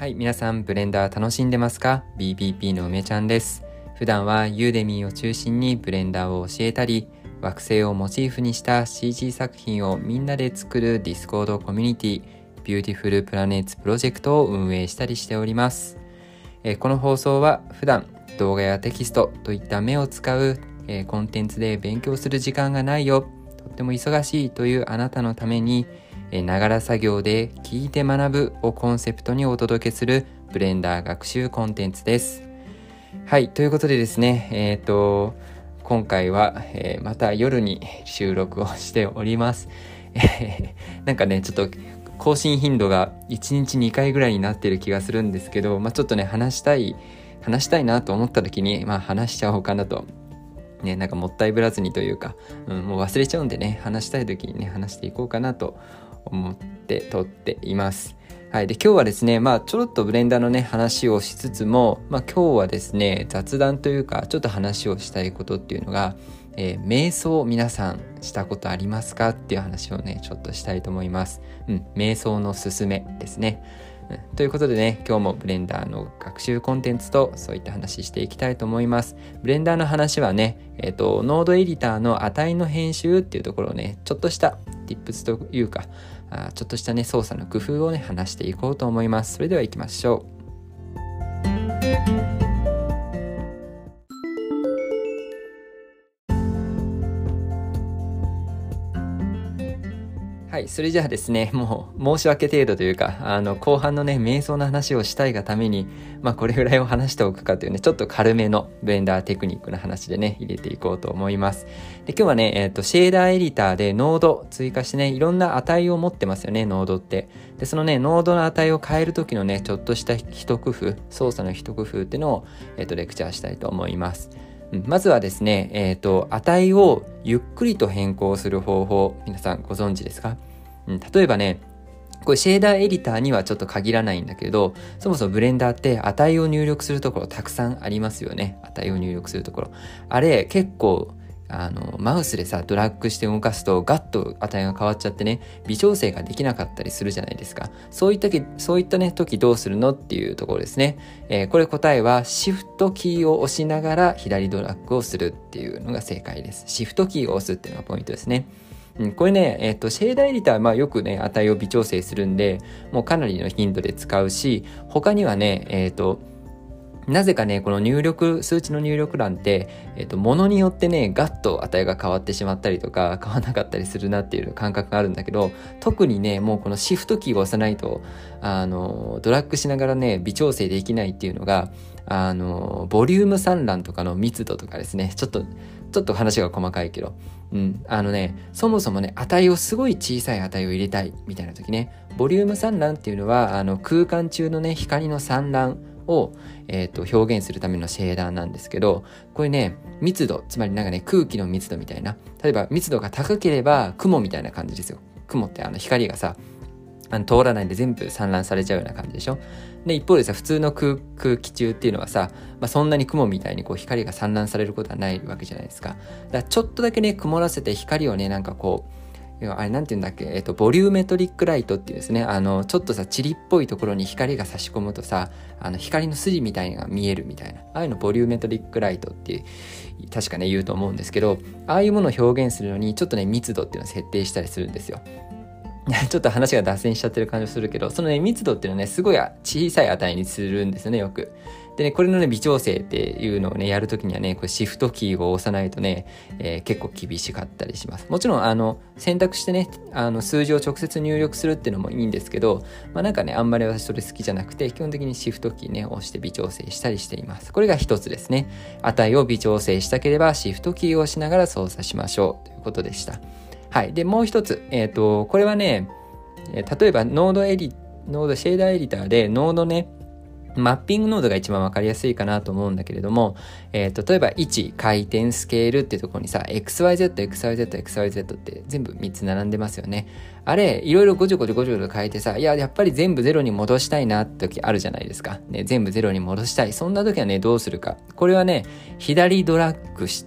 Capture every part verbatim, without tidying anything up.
はい、皆さんブレンダー楽しんでますか？ ビーピーピー の梅ちゃんです。普段はユーデミーを中心にブレンダーを教えたり、惑星をモチーフにした シージー 作品をみんなで作るディスコードコミュニティビューティフルプラネッツプロジェクトを運営したりしております。えー、この放送は普段動画やテキストといった目を使う、えー、コンテンツで勉強する時間がないよ、とっても忙しいというあなたのためにながら作業で聞いて学ぶをコンセプトにお届けするブレンダー学習コンテンツです。はい、ということでですね、えっと、今回は、えー、また夜に収録をしております。なんかね、ちょっと更新頻度がいちにちにかいぐらいになっている気がするんですけど、まあ、ちょっとね、話したい、話したいなと思った時に、まあ、話しちゃおうかなと。ね、なんかもったいぶらずにというか、うん、もう忘れちゃうんでね、話したい時にね、話していこうかなと思って撮っています。はい、で今日はですね、まあちょろっとブレンダーのね話をしつつも、まあ今日はですね雑談というかちょっと話をしたいことっていうのが、えー、瞑想皆さんしたことありますかっていう話をねちょっとしたいと思います。うん、瞑想のすすめですね。うん、ということでね、今日もブレンダーの学習コンテンツとそういった話していきたいと思います。ブレンダーの話はね、えっとノードエディターの値の編集っていうところをねちょっとした tips というかあちょっとしたね操作の工夫をね話していこうと思います。それでは行きましょう。はい、それじゃあですね、もう申し訳程度というか、あの後半のね瞑想の話をしたいがために、まあこれぐらいを話しておくかというね、ちょっと軽めのブレンダーテクニックの話でね入れていこうと思います。で今日はね、えっとシェーダーエディターでノード追加してね、いろんな値を持ってますよね、ノードって。でそのねノードの値を変える時のねちょっとした一工夫、操作の一工夫っていうのをえっとレクチャーしたいと思います。まずはですね、えっと、値をゆっくりと変更する方法、皆さんご存知ですか？うん、例えばね、これシェーダーエディターにはちょっと限らないんだけど、そもそもブレンダーって値を入力するところたくさんありますよね。値を入力するところ。あれ結構、あの、マウスでさ、ドラッグして動かすとガッと値が変わっちゃってね、微調整ができなかったりするじゃないですか。そういった時、そういったね、時どうするのっていうところですね。えー、これ答えは、シフトキーを押しながら左ドラッグをするっていうのが正解です。シフトキーを押すっていうのがポイントですね。うん、これね、えっと、シェーダーエディターはまあよくね、値を微調整するんで、もうかなりの頻度で使うし、他にはね、えっと、なぜかね、この入力、数値の入力欄って、えっと、ものによってね、ガッと値が変わってしまったりとか、変わらなかったりするなっていう感覚があるんだけど、特にね、もうこのシフトキーを押さないと、あの、ドラッグしながらね、微調整できないっていうのが、あの、ボリューム散乱とかの密度とかですね、ちょっと、ちょっと話が細かいけど、うん、あのね、そもそもね、値をすごい小さい値を入れたいみたいな時ね、ボリューム散乱っていうのは、あの、空間中のね、光の散乱を、えーと、表現するためのシェーダーなんですけど、これね、密度、つまりなんかね、空気の密度みたいな、例えば密度が高ければ雲みたいな感じですよ。雲ってあの光がさ、あの通らないで全部散乱されちゃうような感じでしょ。で一方でさ、普通の 空, 空気中っていうのはさ、まあ、そんなに雲みたいにこう光が散乱されることはないわけじゃないですか。だからちょっとだけね、曇らせて光をね、なんかこうあれなんて言うんだっけ、えっと、ボリューメトリックライトっていうですね、あの、ちょっとさ、塵っぽいところに光が差し込むとさ、あの、光の筋みたいなのが見えるみたいな、ああいうのボリューメトリックライトっていう、確かね、言うと思うんですけど、ああいうものを表現するのに、ちょっとね、密度っていうのを設定したりするんですよ。ちょっと話が脱線しちゃってる感じがするけど、そのね、密度っていうのはね、すごい小さい値にするんですよね、よく。でね、これのね、微調整っていうのをね、やるときにはね、これシフトキーを押さないとね、えー、結構厳しかったりします。もちろん、あの、選択してね、あの、数字を直接入力するっていうのもいいんですけど、まあなんかね、あんまり私それ好きじゃなくて、基本的にシフトキーね、押して微調整したりしています。これが一つですね。値を微調整したければ、シフトキーを押しながら操作しましょうということでした。はい。で、もう一つ、えっと、これはね、例えばノードエディ、ノードシェーダーエディターでノードね、マッピングノードが一番わかりやすいかなと思うんだけれども、えー、例えばいち回転スケールっていうところにさ エックスワイゼット、エックスワイゼット、エックスワイゼット って全部みっつ並んでますよね。あれいろいろごちょごちょごちょごちょ変えてさ、いややっぱり全部ゼロに戻したいなって時あるじゃないですか、ね、全部ゼロに戻したい。そんな時はねどうするか。これはね左ドラッグして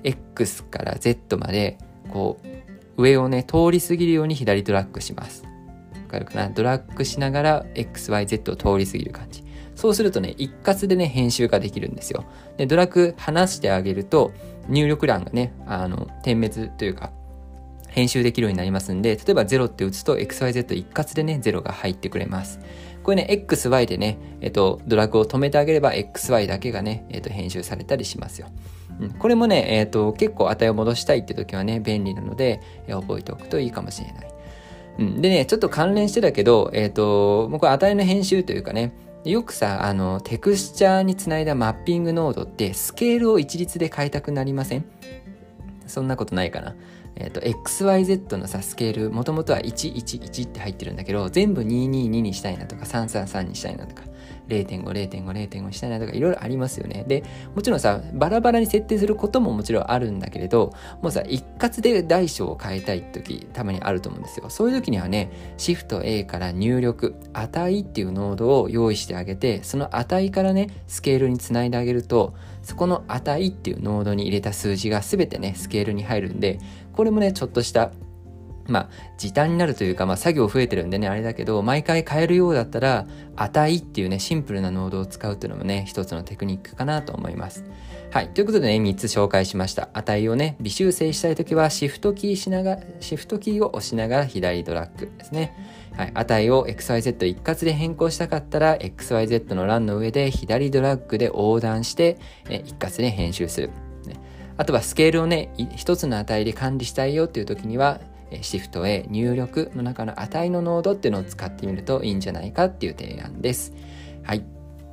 X から Z までこう上をね通り過ぎるように左ドラッグします。 かるかな、ドラッグしながら エックスワイゼット を通り過ぎる感じ。そうするとね、一括でね、編集ができるんですよ。で、ドラッグ離してあげると、入力欄がね、あの、点滅というか、編集できるようになりますんで、例えばゼロって打つと エックスワイゼット 一括でね、ゼロが入ってくれます。これね、エックスワイ でね、えっと、ドラッグを止めてあげれば エックスワイ だけがね、えっと、編集されたりしますよ。うん、これもね、えっと、結構値を戻したいって時はね、便利なので、え覚えておくといいかもしれない。うん、でね、ちょっと関連してだけど、えっと、もうこれ値の編集というかね、よくさ、あの、テクスチャーにつないだマッピングノードってスケールを一律で変えたくなりません？そんなことないかな。えっと、エックスワイゼット のさ、スケール、もともとはいちいちいちって入ってるんだけど、全部にひゃくにじゅうににしたいなとか、さんびゃくさんじゅうさんにしたいなとか、ゼロてんご、ゼロてんご、ゼロてんご にしたいなとか、いろいろありますよね。で、もちろんさ、バラバラに設定することももちろんあるんだけれど、もうさ、一括で大小を変えたい時、たまにあると思うんですよ。そういう時にはね、シフト A から入力、値っていうノードを用意してあげて、その値からね、スケールにつないであげると、そこの値っていうノードに入れた数字が全てね、スケールに入るんで、これもね、ちょっとしたまあ時短になるというか、まあ作業増えてるんでねあれだけど、毎回変えるようだったら値っていうねシンプルなノードを使うっていうのもね一つのテクニックかなと思います。はい、ということでねみっつ紹介しました。値をね微修正したいときはシフトキーしながらシフトキーを押しながら左ドラッグですね。はい、値を エックスワイゼット 一括で変更したかったら エックスワイゼット の欄の上で左ドラッグで横断してえ一括で編集する。あとはスケールをね一つの値で管理したいよっていう時にはシフト A 入力の中の値のノードっていうのを使ってみるといいんじゃないかっていう提案です。はい。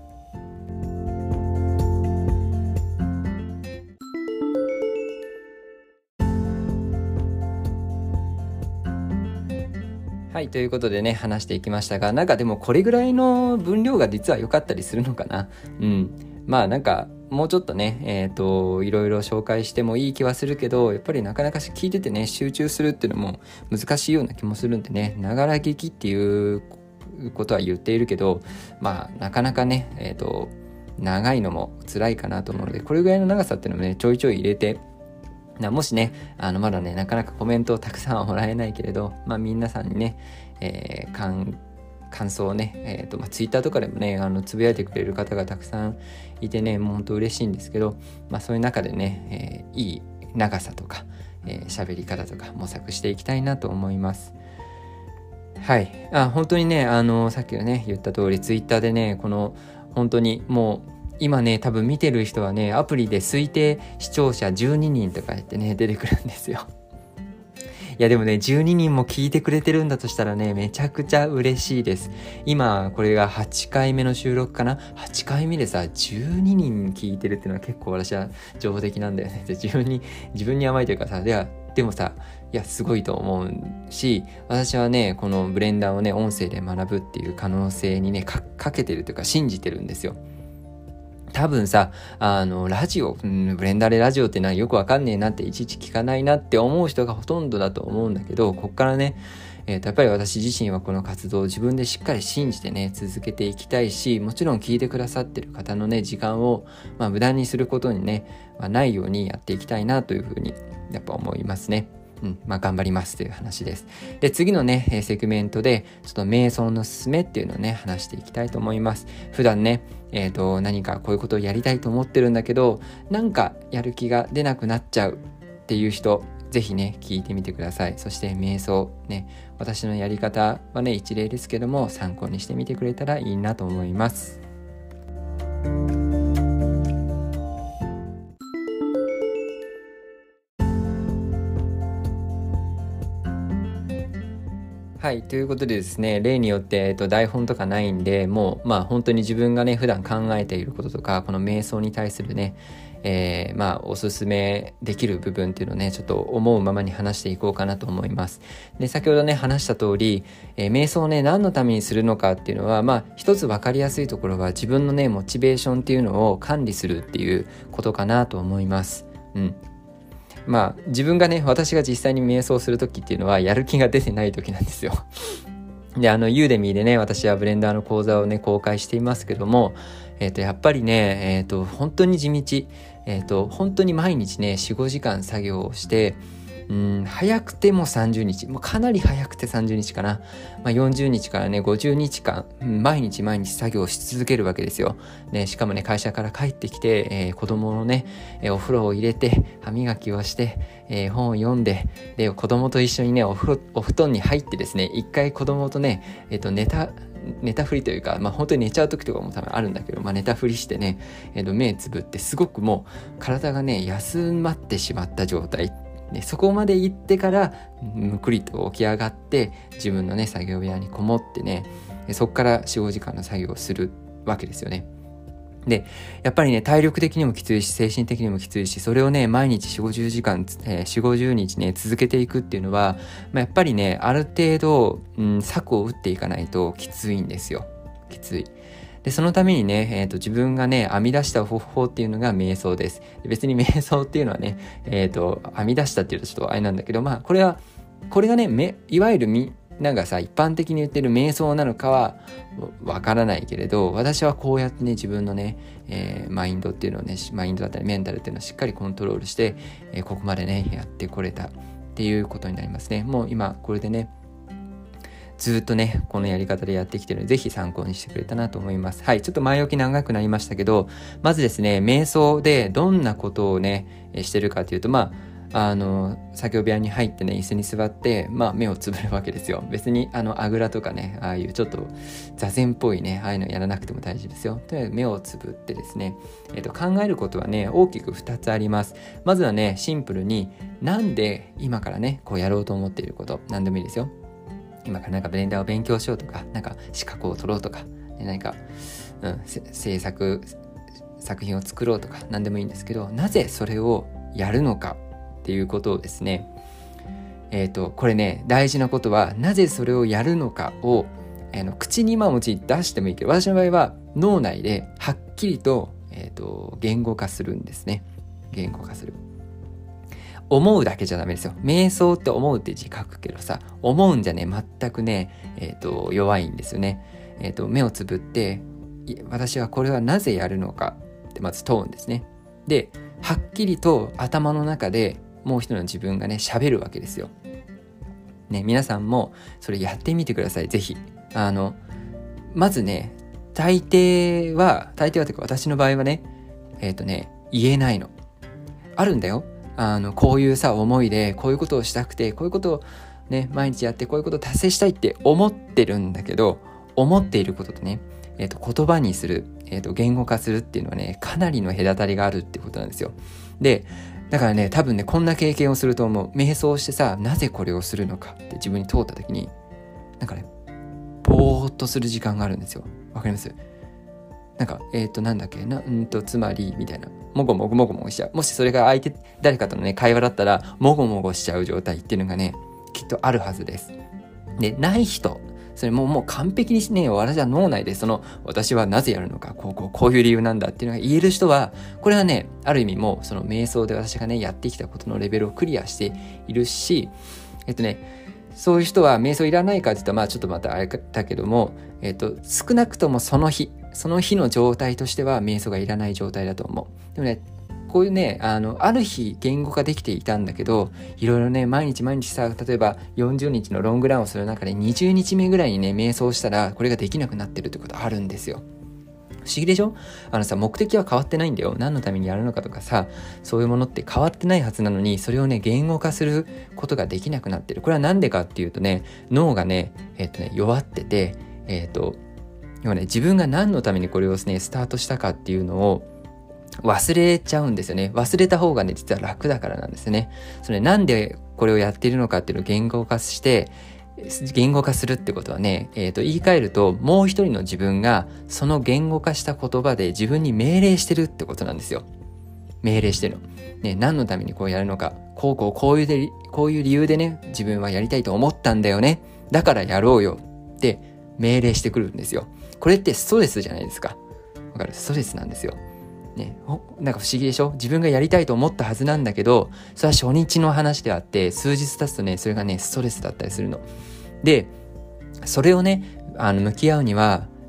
はい、ということでね話していきましたが、なんかでもこれぐらいの分量が実は良かったりするのかな。うん。まあなんかもうちょっとね、えっと、いろいろ紹介してもいい気はするけど、やっぱりなかなか聞いててね、集中するっていうのも難しいような気もするんでね、ながら聞きっていうことは言っているけど、まあ、なかなかね、えっと、長いのも辛いかなと思うので、これぐらいの長さっていうのもね、ちょいちょい入れて、もしね、あの、まだね、なかなかコメントをたくさんはもらえないけれど、まあ、皆さんにね、えー、感感想をね、えーとまあ、ツイッターとかでもねあのつぶやいてくれる方がたくさんいてねもう本当嬉しいんですけど、まあ、そういう中でね、えー、いい長さとかえー、喋り方とか模索していきたいなと思います。はい、あ本当にねあのさっきのね言った通りツイッターでねこの本当にもう今ね多分見てる人はねアプリで推定視聴者じゅうににんとかやってね出てくるんですよ。いやでもねじゅうににんも聞いてくれてるんだとしたらねめちゃくちゃ嬉しいです。今これがはちかいめの収録かな。はちかいめでさじゅうににん聞いてるっていうのは結構私は情報的なんだよね。自分に自分に甘いというかさではでもさいやすごいと思うし、私はねこのブレンダーをね音声で学ぶっていう可能性にね か, かけてるというか信じてるんですよ。多分さあのラジオ、うん、ブレンダーでラジオってのはよくわかんねえなっていちいち聞かないなって思う人がほとんどだと思うんだけど、こっからね、えー、とやっぱり私自身はこの活動を自分でしっかり信じてね続けていきたいし、もちろん聞いてくださってる方のね時間を、まあ、無駄にすることにね、まあ、ないようにやっていきたいなというふうにやっぱ思いますね。うんまあ、頑張りますという話です。で次のねセグメントでちょっと瞑想のすすめっていうのをね話していきたいと思います。普段ね、えー、と何かこういうことをやりたいと思ってるんだけどなんかやる気が出なくなっちゃうっていう人ぜひね聞いてみてください。そして瞑想ね私のやり方はね一例ですけども参考にしてみてくれたらいいなと思います。はい、ということでですね例によって、えっと、台本とかないんでもうまあ本当に自分がね普段考えていることとかこの瞑想に対するね、えー、まあおすすめできる部分っていうのをねちょっと思うままに話していこうかなと思います。で先ほどね話した通り、えー、瞑想をね何のためにするのかっていうのはまあ一つ分かりやすいところは自分のねモチベーションっていうのを管理するっていうことかなと思います。うんまあ自分がね私が実際に瞑想する時っていうのはやる気が出てない時なんですよ。であのユーデミーでね私はブレンダーの講座をね公開していますけども、えー、とやっぱりね、えー、と本当に地道、えー、と本当に毎日ね よん,ご 時間作業をしてうん、早くてもさんじゅうにち、もうかなり早くてさんじゅうにちかな、まあ、よんじゅうにちからねごじゅうにちかん毎日毎日作業をし続けるわけですよ、ね、しかもね会社から帰ってきて、えー、子供のね、えー、お風呂を入れて歯磨きをして、えー、本を読んで、で子供と一緒にねお風呂お布団に入ってですね、一回子供とね、えー、と寝た寝たふりというか、まあ本当に寝ちゃう時とかも多分あるんだけど、まあ寝たふりしてね、えー、と目つぶってすごくもう体がね休まってしまった状態で、そこまで行ってからむくりと起き上がって自分のね作業部屋にこもってね、そこから よん、ごじかんの作業をするわけですよね。でやっぱりね体力的にもきついし精神的にもきついし、それをね毎日 よん、ごじゅうじかん、えー、よん、ごじゅうにちね続けていくっていうのは、まあ、やっぱりねある程度、うん、策を打っていかないときついんですよ。きつい。でそのためにね、えーと、自分がね編み出した方法っていうのが瞑想です。別に瞑想っていうのはね、えーと、編み出したっていうとちょっとあれなんだけど、まあこれはこれがねめいわゆるみなんかさ一般的に言ってる瞑想なのかはわからないけれど、私はこうやってね自分のね、えー、マインドっていうのをねマインドだったりメンタルっていうのをしっかりコントロールして、えー、ここまでねやってこれたっていうことになりますね。もう今これでねずっとねこのやり方でやってきてるので、ぜひ参考にしてくれたなと思います。はい、ちょっと前置き長くなりましたけど、まずですね瞑想でどんなことをねしてるかというと、まああの作業部屋に入ってね椅子に座って、まあ、目をつぶるわけですよ。別にあのあぐらとかねああいうちょっと座禅っぽいねああいうのやらなくても大事ですよ。とにかく目をつぶってですね、えーと、考えることはね大きくふたつあります。まずはねシンプルになんで今からねこうやろうと思っていること、何でもいいですよ。今からなんかブレンダーを勉強しようとか、なんか資格を取ろうとか、何か、うん、制作作品を作ろうとか何でもいいんですけど、なぜそれをやるのかっていうことをですね、えーと、これね大事なことは、なぜそれをやるのかを、えー、の口に今もち出してもいいけど、私の場合は脳内ではっきりと、えーと、言語化するんですね。言語化する。思うだけじゃダメですよ。瞑想って思うって字書くけどさ、思うんじゃね全くね、えーと、弱いんですよね。えーと、目をつぶって私はこれはなぜやるのかってまず問うんですね。ではっきりと頭の中でもう一人の自分がね喋るわけですよ。ね、皆さんもそれやってみてください。ぜひあのまずね大抵は大抵はというか私の場合はねえっとね言えないの。あるんだよ。あのこういうさ思いでこういうことをしたくてこういうことをね毎日やってこういうことを達成したいって思ってるんだけど、思っていることとね、えー、と言葉にする、えー、と言語化するっていうのはねかなりの隔たりがあるってことなんですよ。でだからね多分ねこんな経験をすると思う。瞑想してさなぜこれをするのかって自分に問った時になんかねぼーっとする時間があるんですよ。わかります？なんかえっ、ー、となんだっけなうんとつまりみたいなもごもごもごもごしちゃう。もしそれが相手誰かとのね会話だったらもごもごしちゃう状態っていうのがねきっとあるはずです。でない人それももう完璧にね私は脳内でその私はなぜやるのかこうこうこういう理由なんだっていうのが言える人はこれはねある意味もうその瞑想で私がねやってきたことのレベルをクリアしているし、えっとねそういう人は瞑想いらないかって言ったらまあちょっとまたあれだけども、えっと少なくともその日その日の状態としては瞑想がいらない状態だと思う。でもねこういうねあのある日言語化できていたんだけど、いろいろね毎日毎日さ例えばよんじゅうにちのロングランをする中でにじゅうにちめぐらいにね瞑想したらこれができなくなってるってことあるんですよ。不思議でしょ？あのさ目的は変わってないんだよ。何のためにやるのかとかさそういうものって変わってないはずなのに、それをね言語化することができなくなってる。これはなんでかっていうとね脳がねえっとね弱っててえっと要はね自分が何のためにこれをねスタートしたかっていうのを忘れちゃうんですよね。忘れた方がね実は楽だからなんですよね。それなんでこれをやっているのかっていうのを言語化して言語化するってことはね、えーと、言い換えるともう一人の自分がその言語化した言葉で自分に命令してるってことなんですよ。命令してるの、ね、何のためにこうやるのか、こうこうこういうでこういう理由でね自分はやりたいと思ったんだよね、だからやろうよって命令してくるんですよ。これってストレスじゃないですか。わかる？ストレスなんですよね。なんか不思議でしょ？自分がやりたいと思ったはずなんだけど、それは初日の話であって数日経つとねそれがねストレスだったりするので、それをねあの向き合うには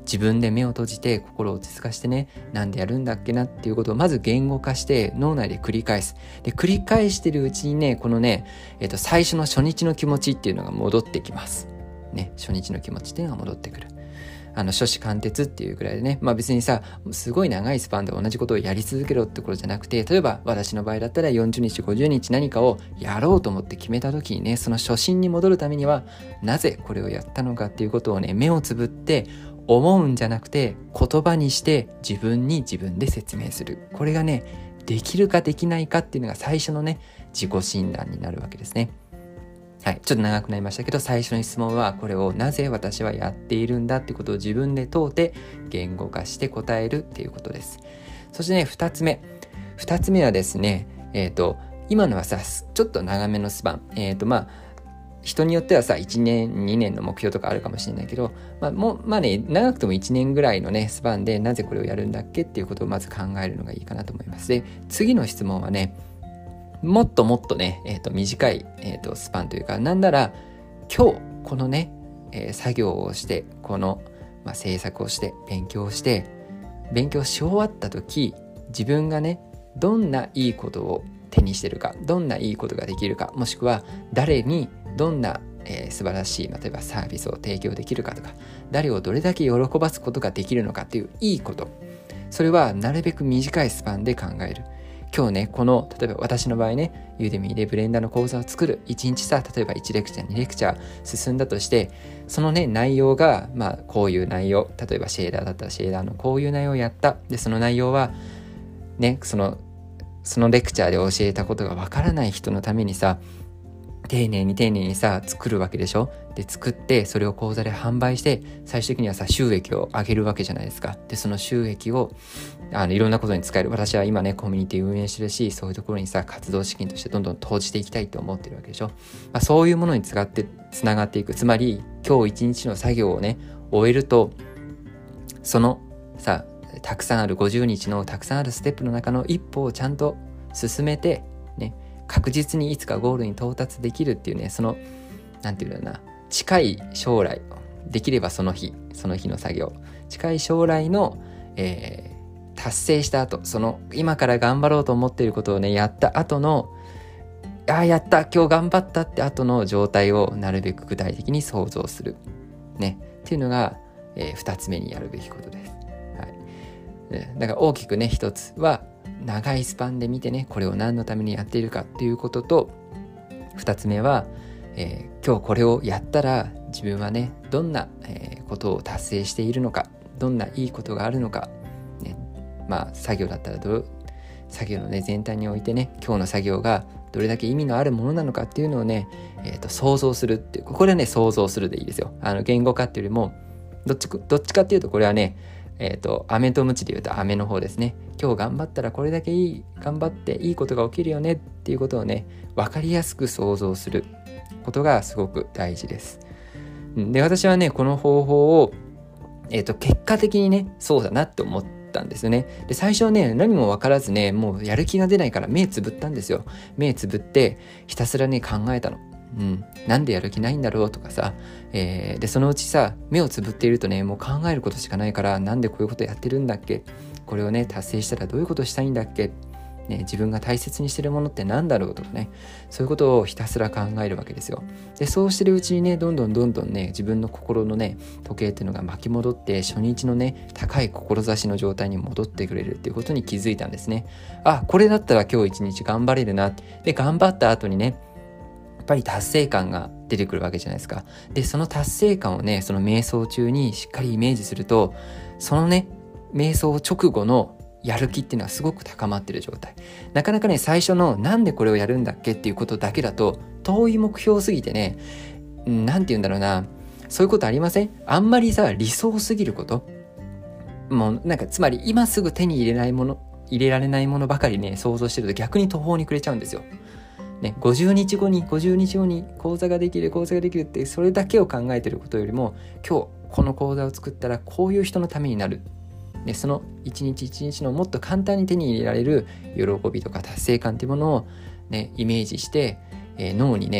自分で目を閉じて心を落ち着かしてね、なんでやるんだっけなっていうことをまず言語化して脳内で繰り返す。で繰り返してるうちにね、このね、えっと、最初の初日の気持ちっていうのが戻ってきますね。初日の気持ちっていうのが戻ってくる。あの初志貫徹っていうぐらいでね、まあ別にさ、すごい長いスパンで同じことをやり続けろってことじゃなくて、例えば私の場合だったらよんじゅうにちごじゅうにち何かをやろうと思って決めた時にね、その初心に戻るためにはなぜこれをやったのかっていうことをね、目をつぶって思うんじゃなくて言葉にして自分に自分で説明する。これがね、できるかできないかっていうのが最初のね、自己診断になるわけですね。はい、ちょっと長くなりましたけど、最初の質問はこれをなぜ私はやっているんだってことを自分で問うて言語化して答えるっていうことです。そしてね、二つ目二つ目はですね、えっと今のはさ、ちょっと長めのスパン、えっとまあ人によってはさいちねんにねんの目標とかあるかもしれないけど、まあもうまあね、長くてもいちねんぐらいのねスパンでなぜこれをやるんだっけっていうことをまず考えるのがいいかなと思います。で、次の質問はね、もっともっとね、えー、と短い、えー、とスパンというか、なんなら今日このね、えー、作業をしてこの、まあ、制作をして勉強をして勉強し終わった時、自分がねどんないいことを手にしてるか、どんないいことができるか、もしくは誰にどんな、えー、素晴らしい、例えばサービスを提供できるかとか、誰をどれだけ喜ばすことができるのかっていういいこと、それはなるべく短いスパンで考える。今日ね、この例えば私の場合ね、ユーデミーでブレンダーの講座を作る、いちにちさ、例えばいちレクチャーにレクチャー進んだとして、そのね内容がまあこういう内容、例えばシェーダーだったらシェーダーのこういう内容をやった。でその内容はね、そのそのレクチャーで教えたことがわからない人のためにさ、丁寧に丁寧にさ作るわけでしょ。で作ってそれを講座で販売して、最終的にはさ収益を上げるわけじゃないですか。でその収益をあのいろんなことに使える。私は今ねコミュニティ運営してるし、そういうところにさ活動資金としてどんどん投じていきたいと思ってるわけでしょ。まあ、そういうものに使ってつながっていく。つまり今日一日の作業をね終えると、そのさたくさんあるごじゅうにちのたくさんあるステップの中の一歩をちゃんと進めてね、確実にいつかゴールに到達できるっていうね、そのなんていうのかな、近い将来、できればその日その日の作業、近い将来の、えー、達成した後、その今から頑張ろうと思っていることをねやった後の、ああやった今日頑張ったって後の状態をなるべく具体的に想像するねっていうのが、えー、ふたつめにやるべきことです。はい、だから大きくね一つは長いスパンで見てね、これを何のためにやっているかっていうことと、ふたつめは、えー、今日これをやったら自分はねどんな、えー、ことを達成しているのか、どんないいことがあるのか、ね、まあ作業だったらど作業のね全体においてね、今日の作業がどれだけ意味のあるものなのかっていうのをね、えーと、想像するっていう、これはね想像するでいいですよ。あの言語化っていうよりもどっちどっちかっていうと、これはねえっと飴とムチで言うと飴の方ですね。今日頑張ったらこれだけいい頑張っていいことが起きるよねっていうことをね分かりやすく想像することがすごく大事です。で私はねこの方法を、えーと、結果的にねそうだなって思ったんですよね。で最初はね何も分からずね、もうやる気が出ないから目つぶったんですよ。目つぶってひたすらね考えたの。うん、なんでやる気ないんだろうとかさ、えー、でそのうちさ目をつぶっているとねもう考えることしかないから、なんでこういうことやってるんだっけ、これをね達成したらどういうことしたいんだっけ、ね、自分が大切にしてるものってなんだろうとかね、そういうことをひたすら考えるわけですよ。でそうしてるうちにねどんどんどんどんね自分の心のね時計っていうのが巻き戻って、初日のね高い志の状態に戻ってくれるっていうことに気づいたんですね。あ、これだったら今日一日頑張れるな。で頑張った後にねやっぱり達成感が出てくるわけじゃないですか。でその達成感をねその瞑想中にしっかりイメージすると、そのね瞑想直後のやる気っていうのはすごく高まってる状態。なかなかね最初のなんでこれをやるんだっけっていうことだけだと遠い目標すぎてね、なんて言うんだろうな、そういうことありません？あんまりさ理想すぎること、もうなんかつまり今すぐ手に入れないもの入れられないものばかりね想像してると逆に途方に暮れちゃうんですよ。ね、ごじゅうにちごにごじゅうにちごに講座ができる講座ができるってそれだけを考えてることよりも、今日この講座を作ったらこういう人のためになる、ね、その一日一日のもっと簡単に手に入れられる喜びとか達成感っていうものを、ね、イメージして、えー、脳にね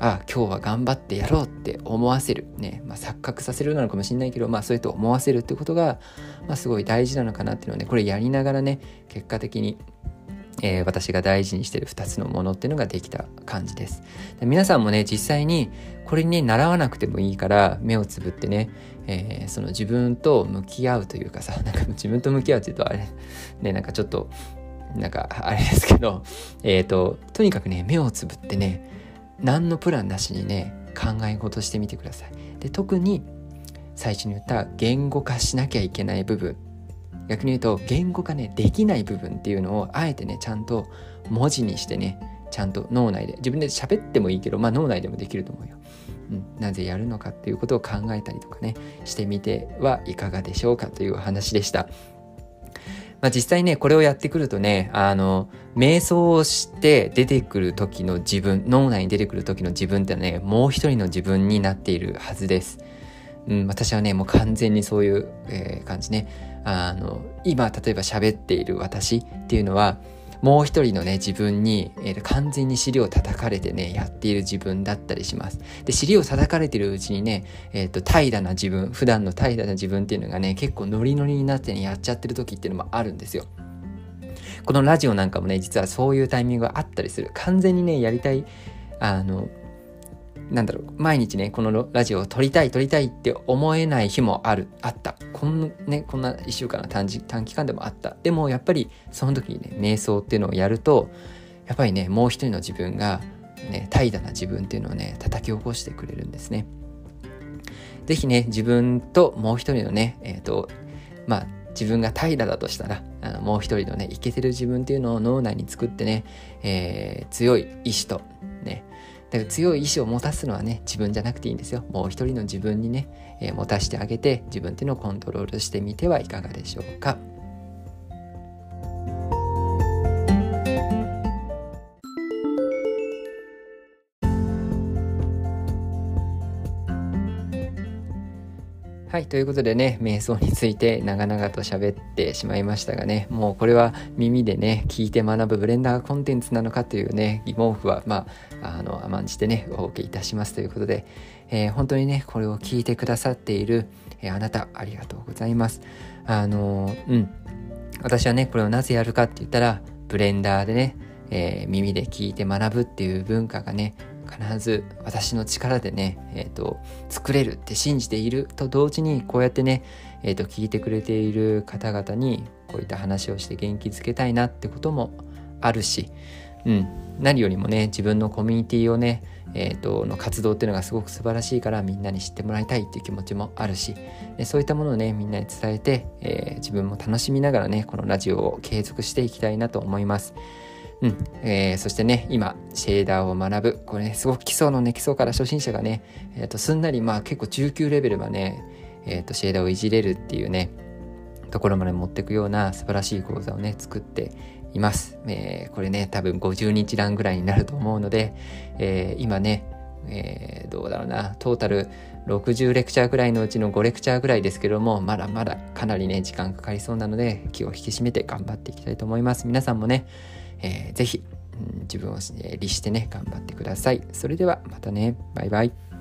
あ今日は頑張ってやろうって思わせるね、まあ、錯覚させるなのかもしれないけど、まあそういうと思わせるってことが、まあ、すごい大事なのかなっていうのはね、これやりながらね結果的にえー、私が大事にしているふたつのものっていうのができた感じです。で皆さんもね実際にこれに、ね、習わなくてもいいから目をつぶってね、えー、その自分と向き合うというかさ、なんか自分と向き合うっていうとあれね、なんかちょっとなんかあれですけど、えーととにかくね目をつぶってね何のプランなしにね考え事してみてください。で特に最初に言った言語化しなきゃいけない部分、逆に言うと言語化ねできない部分っていうのをあえてねちゃんと文字にしてね、ちゃんと脳内で自分で喋ってもいいけど、まあ脳内でもできると思うよ、うん、なぜやるのかっていうことを考えたりとかねしてみてはいかがでしょうかという話でした。まあ、実際ねこれをやってくるとね、あの瞑想をして出てくる時の自分、脳内に出てくる時の自分ってねもう一人の自分になっているはずです。うん、私はねもう完全にそういう、えー、感じね。あの今例えば喋っている私っていうのはもう一人のね自分に、えー、完全に尻を叩かれてねやっている自分だったりします。で尻を叩かれているうちにね、えーと、怠惰な自分、普段の怠惰な自分っていうのがね結構ノリノリになってねやっちゃってる時っていうのもあるんですよ。このラジオなんかもね実はそういうタイミングがあったりする。完全にねやりたいあのなんだろう毎日ねこのラジオを撮りたい撮りたいって思えない日もあるあったこん,、ね、こんないっしゅうかんの 短, 短期間でもあった。でもやっぱりその時にね瞑想っていうのをやるとやっぱりねもう一人の自分が、ね、怠惰な自分っていうのをね叩き起こしてくれるんですね。ぜひね自分ともう一人のねえっ、ー、とまあ自分が怠惰だとしたらあのもう一人のねイケてる自分っていうのを脳内に作ってね、えー、強い意志とねだから強い意志を持たすのはね自分じゃなくていいんですよ。もう一人の自分にね、えー、持たせてあげて自分っていうのをコントロールしてみてはいかがでしょうか。はい、ということでね瞑想について長々と喋ってしまいましたがね、もうこれは耳でね聞いて学ぶブレンダーコンテンツなのかというね疑問符はまああの甘んじてねお受けいたしますということで、えー、本当にねこれを聞いてくださっている、えー、あなたありがとうございます。あのー、うん私はねこれをなぜやるかって言ったらブレンダーでね、えー、耳で聞いて学ぶっていう文化がね必ず私の力でね、えーと、作れるって信じていると同時にこうやってね、えーと、聞いてくれている方々にこういった話をして元気づけたいなってこともあるし、うん、何よりもね自分のコミュニティをね、えーと、の活動っていうのがすごく素晴らしいからみんなに知ってもらいたいっていう気持ちもあるし、でそういったものをねみんなに伝えて、えー、自分も楽しみながらねこのラジオを継続していきたいなと思います。うんえー、そしてね今シェーダーを学ぶこれねすごく基礎のね基礎から初心者がね、えー、とすんなりまあ結構中級レベルはね、えー、とシェーダーをいじれるっていうねところまで持っていくような素晴らしい講座をね作っています、えー、これね多分ごじゅうにち覧ぐらいになると思うので、えー、今ね、えー、どうだろうなトータルろくじゅうレクチャーぐらいのうちのごレクチャーぐらいですけどもまだまだかなりね時間かかりそうなので気を引き締めて頑張っていきたいと思います。皆さんもねえー、ぜひ、うん、自分を、えー、律してね頑張ってください。それではまたね、バイバイ。